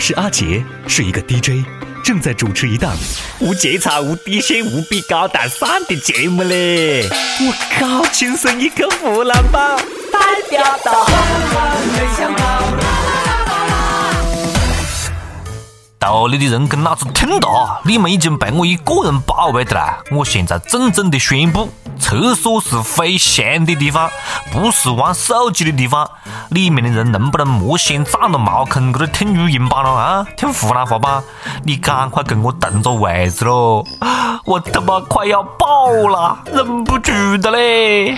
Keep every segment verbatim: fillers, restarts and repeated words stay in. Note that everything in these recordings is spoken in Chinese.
是阿杰，是一个 D J， 正在主持一档无节操、无底线、无比高大上的节目嘞！我靠，亲生一个湖南宝，代表到没想到。道理的人跟老子听到，你们已经被我一个人包围的了。我现在郑重的宣布，厕所是飞翔的地方，不是玩手机的地方。里面的人能不能莫先占了茅坑，搁这听语音版了啊？听湖南话版？你赶快跟我腾着位置喽！我他妈快要爆了，忍不住的嘞！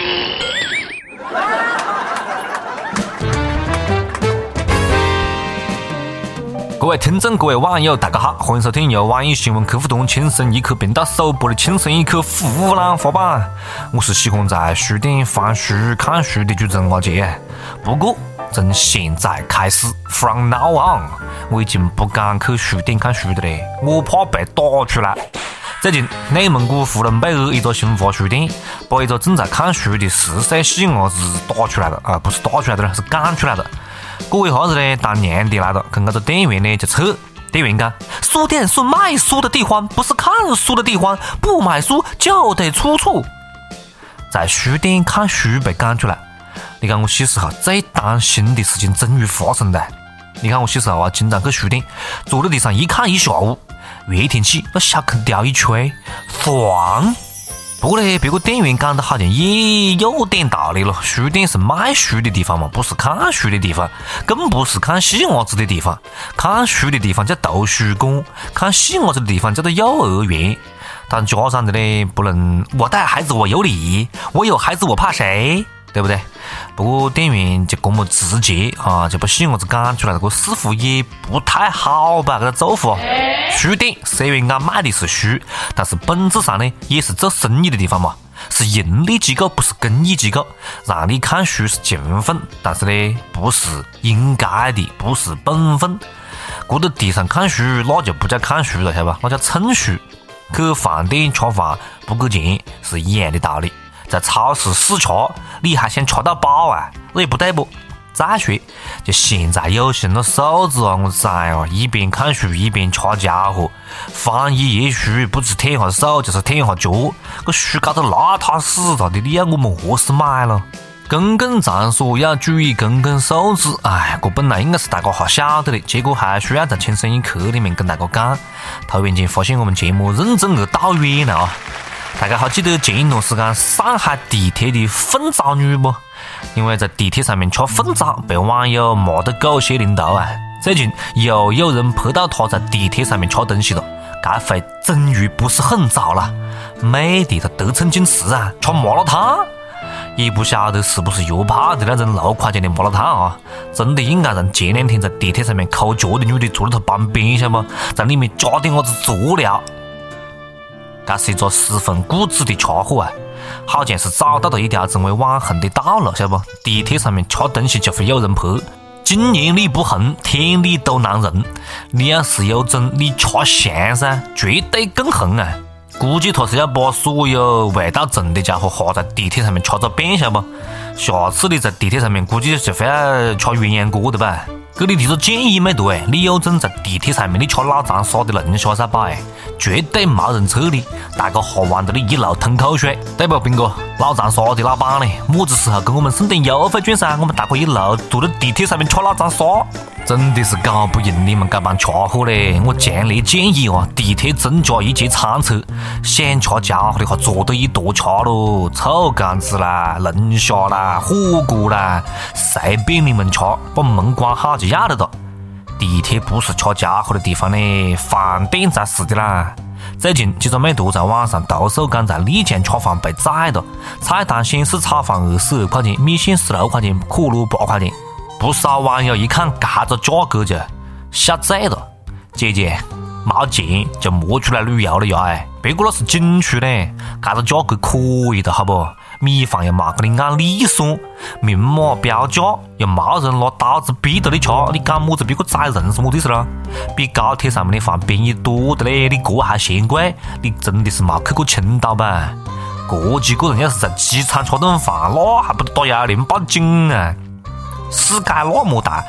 各位听众，各位网友，大家好，欢迎收听由网易新闻客户端轻松一刻频道首播的轻松一刻湖南话版。我是喜欢在书店翻书看书的主持人阿杰。不过从现在开始 ，from now on， 我已经不敢去书店看书的嘞，我怕被打出来。最近，内蒙古呼伦贝尔一个新华书店把一个正在看书的十岁细伢子打出来了啊，不是打出来的，是赶出来的。过一下子呢，当娘的来了，跟那个店员呢就扯。店员讲：“书店是卖书的地方，不是看书的地方，不买书就得出处。”在书店看书被赶出来，你看我小时候最担心的事情终于发生了。你看我小时候啊，经常去书店，坐在地上一看一下午，热天气那小空调一吹，爽。不过呢，别个店员讲的好像也有点道理了。书店是卖书的地方嘛，不是看书的地方，更不是看细伢子的地方。看书的地方叫图书馆，看细伢子的地方叫做幼儿园。当家长的呢，不能我带孩子我有理，我有孩子我怕谁，对不对？不过店员就这么直接啊，就把细伢子赶出来了，这似乎也不太好吧？这个做法。书店虽然讲卖的是书，但是本质上呢也是做生意的地方嘛，是盈利机构，不是公益机构。让你看书是情分，但是呢不是应该的，不是本分。搁在地上看书那就不叫看书了，晓得吧？那叫蹭书。去饭店吃饭不给钱是一样的道理。在超市试吃，你还想吃到饱啊？那也不对不？再说，就现在有些那素质啊，我崽啊，一边看书一边吃家伙，翻一页书不是舔下手就是舔下脚，个书搞得邋遢死了的，你要我们何时买了？公共场所要注意公共素质，哎，这本来应该是大家好晓得的，结果还需要在轻松一刻里面跟大家讲。突然间发现我们节目认真而导远了啊！大家还记得前一段时间上海地铁的粪扫女不？因为在地铁上面吃粪扫被网友骂得狗血淋头啊！最近又有人拍到他在地铁上面吃东西了，这回终于不是很早了，妹的他得寸进尺啊，吃麻辣烫，也不晓得是不是约炮的那种六块钱的麻辣烫啊！真的应该让前两天在地铁上面抠脚的女的坐在他旁边，晓得吗？在里面加点啥子佐料。这是一个十分固执的家伙啊！好像是找到了一条成为网红的道路，晓得不？地铁上面吃东西就会有人拍。今年你不红，天理都难容。你要是有种，你吃香噻，绝对更红啊！估计他是要把所有味道重的家伙下在地铁上面吃个遍，晓得不？下次你在地铁上面估计就会要吃鸳鸯锅的吧？给你提个建议没得哎，你有种在地铁上面你吃老张杀的龙虾噻吧哎，绝对没人撤你，大家喝完的你一路吞口水，对不斌哥？老张杀的老板呢？么子时候给我们送点优惠券噻？我们大家一路坐在地铁上面吃老张杀，真的是搞不赢你们这帮家伙嘞！我强烈建议啊，地铁增加一节餐车，想吃家伙的话坐到一坨吃咯，臭干子啦、龙虾啦、火锅啦，随便你们吃，把门关好就要得的。地铁不是吃家伙的地方呢，饭店才是的啦。最近几个美图在网上投诉讲在丽江吃饭被宰了，菜单显示炒饭二十二块钱，米线十六块钱，可乐八块钱。不少网友一看这个价格就吓醉了，姐姐没钱就莫出来旅游了呀！哎，别个那是景区呢，这个价格可以的好不？米饭又没给你按利算，明码标价，又没人拿刀子逼着你吃，你讲么子别个宰人是么意思咯？比高铁上面的饭便宜多的嘞，你这还嫌贵？你真的是没去过青岛吧？这几个人要是在机场吃顿饭，那还不得打幺二零报警啊？世界那么大，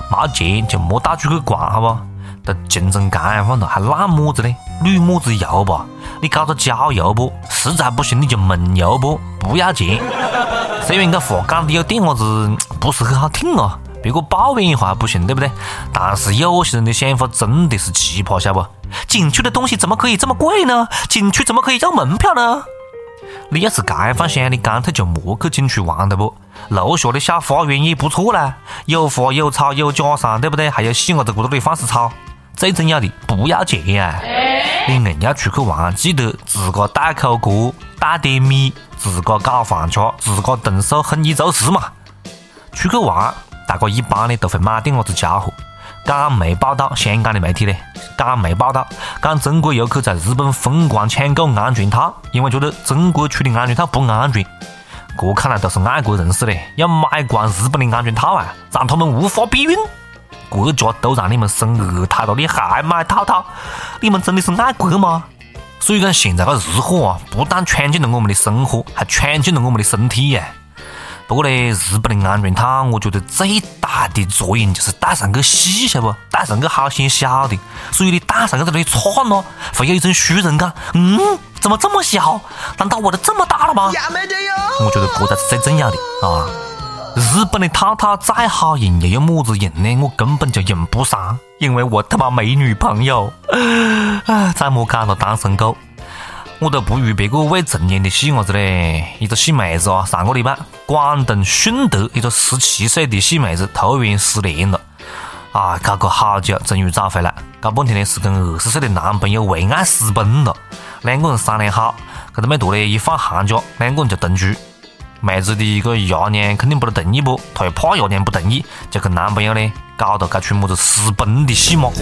没钱就莫到处去逛，好不？在竞争干样放头还烂么子呢？绿么子油不？你搞个郊游不？实在不行你就梦游不？不要钱。虽然这话讲的有点么子不是很好听哦，别个抱怨一下不行，对不对？但是有些人的想法真的是奇葩，晓不？景区的东西怎么可以这么贵呢？景区怎么可以要门票呢？你要是这样想，你干脆就莫去景区玩的不？楼下的小花园也不错啦，有花有草有假山，对不对？还有细伢子骨头里放死草。最重要的不要钱呀！你硬要出去玩，记得自个带口锅，带点米，自个搞饭吃，自个动手哼一周事嘛。出去玩，大家一般呢都会买点么子家伙。港媒报道，香港的媒体呢，港媒报道，讲中国游客在日本疯狂抢购安全套，因为觉得中国出的安全套不安全。这看来都是爱国人士嘞，要买光日本的安全套啊，让他们无法避孕。国家都让你们生二胎了，你还买套套？你们真的是爱国吗？所以讲现在个日货啊，不但闯进了我们的生活，还闯进了我们的身体呀。不过呢，日本的安全套，我觉得最大的作用就是戴上去细，晓不？戴上去好显小的，所以你戴上去在那里窜咯，会有一种虚荣感。嗯，怎么这么小？难道我的这么大了吗？我觉得这才是最重要的啊！日本的套套再好用，又有么子用呢？我根本就用不上，因为我他妈没女朋友。啊，再莫讲了，单身狗。我都不如别个未成年的细伢子嘞，一个细妹子啊，上个礼拜广东顺德一个十七岁的细妹子突然失联了，啊，搞个好久终于找回来，搞半天呢是跟二十岁的男朋友为爱私奔了，两个人商量好，可都没多呢，一放寒假，两个人就同居。妹子的一个爷娘肯定不得同意不，她又怕爷娘不同意，就跟男朋友呢搞到搞出么子私奔的戏码。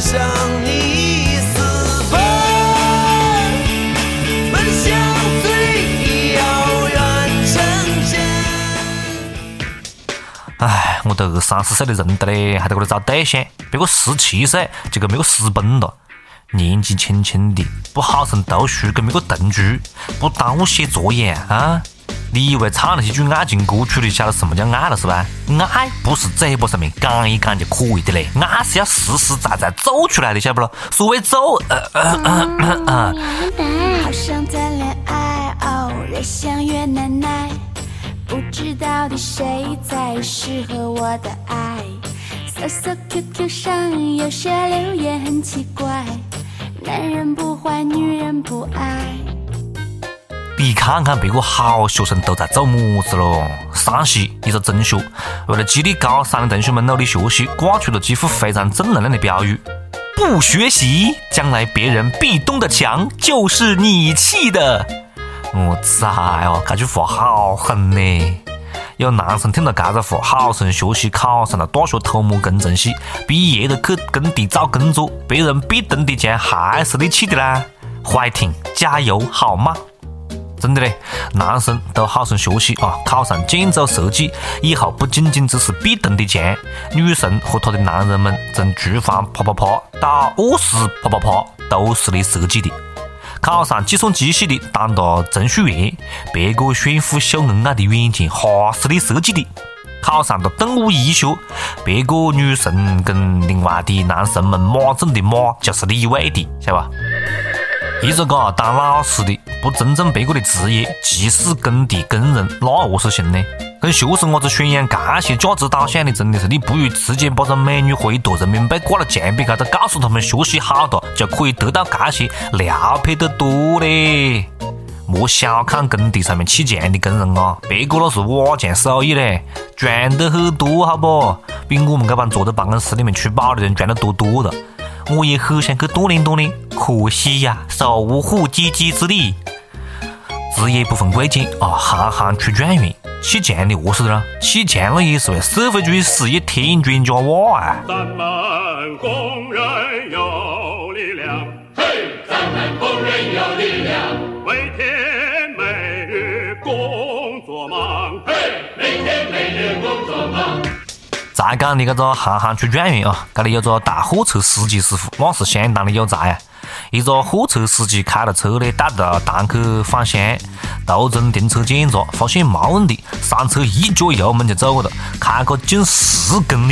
唉，我都二三十岁的人的嘞，还在这里找对象，别个十七岁就跟别个私奔了，年纪轻轻的不好生读书，跟别个同居，不耽误写作业啊！你以为唱了几句爱情歌曲你晓得什么叫爱了是吧？爱不是嘴巴上面讲一讲就可以的嘞，爱是要实实在在做出来的，晓不咯？所谓做，呃呃呃呃呃。好想谈恋爱，哦，越想越难耐，不知道底谁才适合我的爱。搜搜 Q Q 上有些留言很奇怪，男人不坏，女人不爱。你看看别个好学生都在做么子咯？山西一个中学为了激励高三的同学们努力学习，挂出了几幅非常正能量的标语：不学习，将来别人壁咚的墙就是你砌的。我在哦，这句话好狠呢！有男生听到这个话，好生学习，考上了大学土木工程系，毕业了去工地找工作，别人壁咚的墙还是你砌的啦！坏听，加油好吗？真的嘞，男生都好生学习啊，考上建筑设计以后不仅仅只是壁咚的墙，女神和她的男人们从厨房啪啪啪到卧室啪啪啪都是你设计的。考上计算机系的当了程序员，别个炫富秀恩爱的软件哈是你设计的。考上了动物医学，别个女神跟另外的男神们马中的马就是你喂的，晓得吧？一个个当老师的不尊重别个的职业，歧视工地工人，那何是行呢？跟学生伢子宣扬这些价值导向的，真的是你不如直接把这美女回夺人民币挂到墙壁高头，告诉他们学习好的就可以得到这些，撩配得多嘞！莫小看工地上面砌墙的工人啊，别个那是瓦匠手艺嘞，赚得很多，好不？比我们这帮坐在办公室里面吃饱的人赚得多多了。我也很想去锻炼锻炼，可惜呀，手无缚鸡鸡之力。职业不分贵贱啊，行行出状元。砌墙的何是的呢？砌墙了也是为社会主义事业添砖加瓦啊！咱们工人有力量，嘿，咱们工人有力量，每天每日工作忙，嘿，每天每日工作忙。再讲你这个行行出状元啊，这里有个大货车司机师傅，那是相当的有才啊！一个货车司机开了车呢，带着单去返乡，途中停车检查，发现没问题，上车一脚油门就走了，开个近十公里，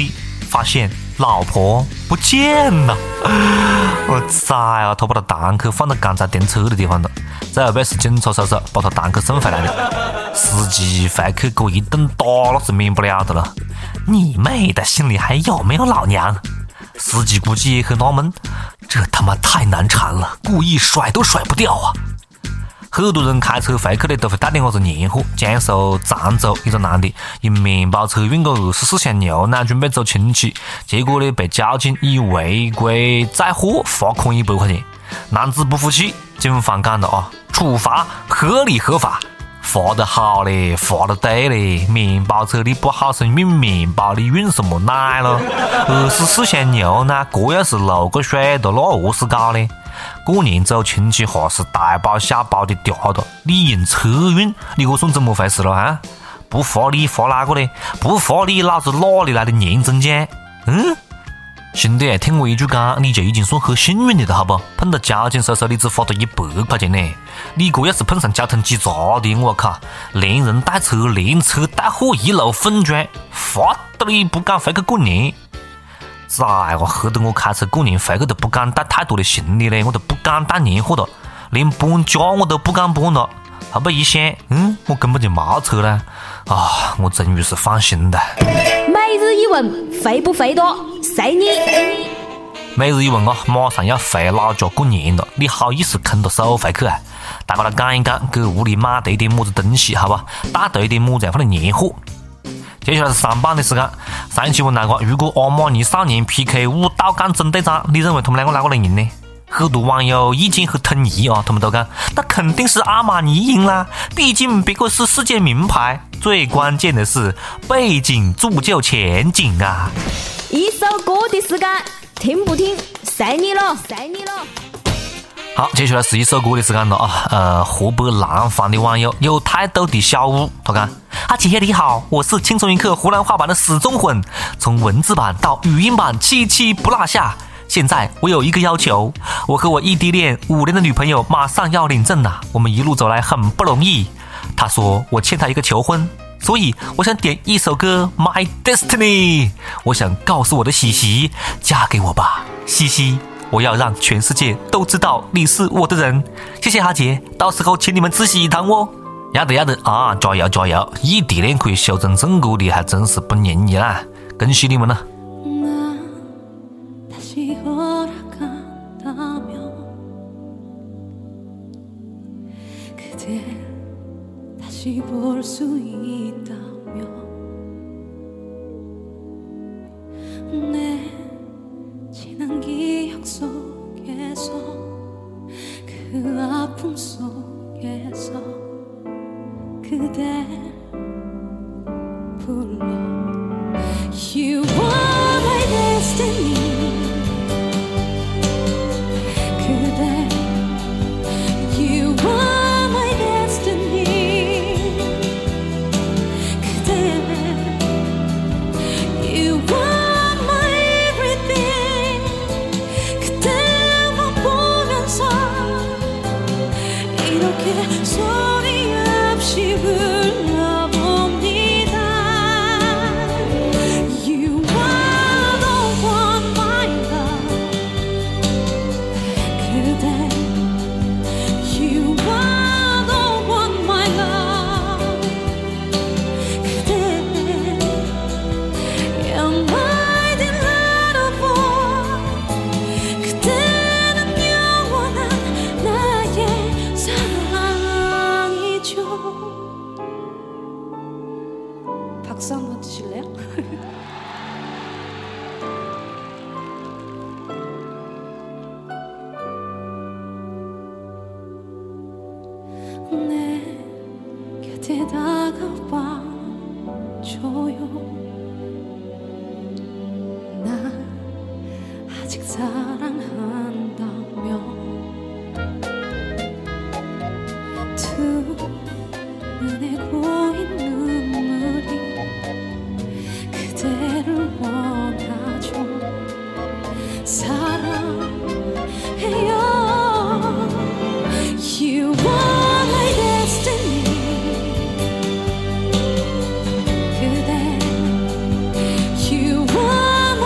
发现老婆不见了。我崽啊！他把他弹去放到刚才停车的地方了，在后边是警察叔叔把他弹去送回来的。司机回去给我一顿打，那是免不了的了。你妹的，心里还有没有老娘？司机估计也很纳闷，这他妈太难缠了，故意甩都甩不掉啊！很多人开车回去的都会带点啥子年货。江苏常州一个男的用面包车运个二十四箱牛奶准备走亲戚，结果呢被交警以违规载货罚款一百块钱。男子不服气，警方讲了啊，处罚合理合法。罚得好嘞，罚得对嘞！面包车你不好生运面包，你运什么奶了？二十四箱牛奶，这要是漏个水的，那何是搞嘞？过年走亲戚哈是大包小包的嗲的，你用车运，你这算怎么回事了啊？不罚你罚哪个嘞？不罚你，老子哪里来的年终奖？嗯？兄弟，听我一句讲，你就已经算很幸运的了，好不？碰到交警叔叔，你只罚他一百块钱呢。你这要是碰上交通警察的，我靠，连人带车，连车带货一路混装，罚得你不敢回去过年。崽我吓得我开车过年回去都不敢带太多的行李嘞，我都不敢带年货了，连搬家我都不敢搬了。后背一想，嗯，我根本就没车了啊！我终于是放心了。 每日一问，肥不肥多？随你。 每日一问啊，马上要回老家过年了，你好意思空着手回去啊？大家来讲一讲，给屋里买对点么子东西，好吧？带对点么子样的年货。接下来是上榜的时间。上一期问大家，如果阿玛尼少年 P K 五道杠中队长，你认为他们两个哪个能赢呢？很多网友意见很统一啊，他们都讲那肯定是阿玛尼赢啦，毕竟别个是世界名牌，最关键的是背景铸就前景啊。 一首歌的时间，听不听随你了，随你了。 好，接下来是一首歌的时间了啊！呃，河北廊坊的网友有态度的小五，他讲：阿姐你好，我是轻松一刻湖南话版的死忠魂，从文字版到语音版期期不落下。现在我有一个要求，我和我异地恋五年的女朋友马上要领证了，我们一路走来很不容易。她说我欠她一个求婚，所以我想点一首歌《My Destiny》，我想告诉我的喜喜，嫁给我吧，西西。我要让全世界都知道你是我的人，谢谢阿杰，到时候请你们吃喜糖哦。要得要得啊，加油加油！异地恋可以修成正果的，还真是不容易啦，恭喜你们了。 You are my destiny. 그대, you are my destiny. 그대, you are my everything. 그대만 보면서 이렇게 소리 없이 불러봅니다. 박수 한번 주실래요? 내 곁에 다가와 줘요. 나 아직 사랑한다며 두 눈에 고인 눈물이 그대를 원하죠. 사랑해요. You are my destiny. 그대, you are my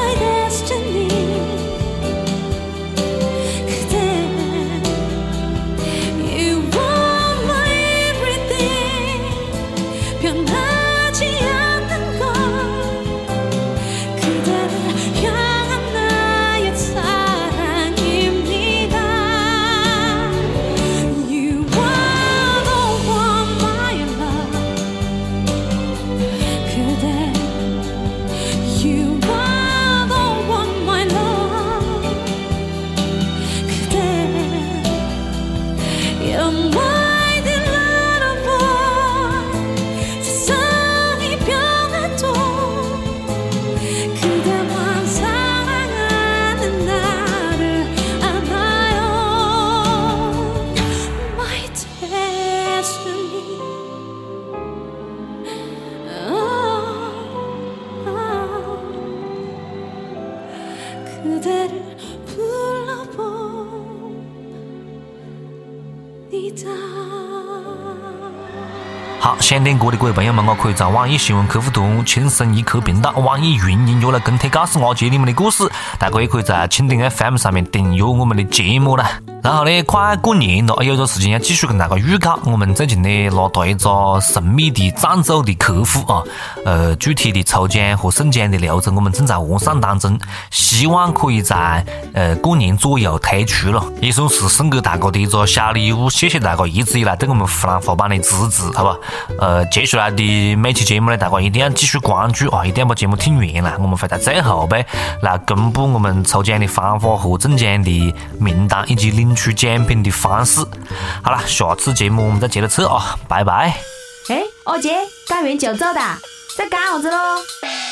好，想点歌的各位朋友们，我可以在网易新闻客户端、轻松一刻频道、网易云音乐来跟帖告诉阿杰你们的故事。大家也可以在蜻蜓 F M 上面订阅我们的节目啦。然后呢，快过年了，有个事情要继续跟大家预告，我们最近呢拿到一个神秘的赞助的客户啊，呃，具体的抽奖和送奖的流程我们正在完善当中，希望可以在呃过年左右推出了，也算是送给大家的一个小礼物，谢谢大家一直以来对我们湖南话版的支持，好吧？呃，接下来的每期节目呢，大家一定要继续关注啊，一定要把节目听完了，我们会在最后呗来公布我们抽奖的方法和中奖的名单以及领取奖品的方式。好了，下次节目我们再接着扯啊，拜拜。 哎，阿杰，干完就走的，在干啥子喽？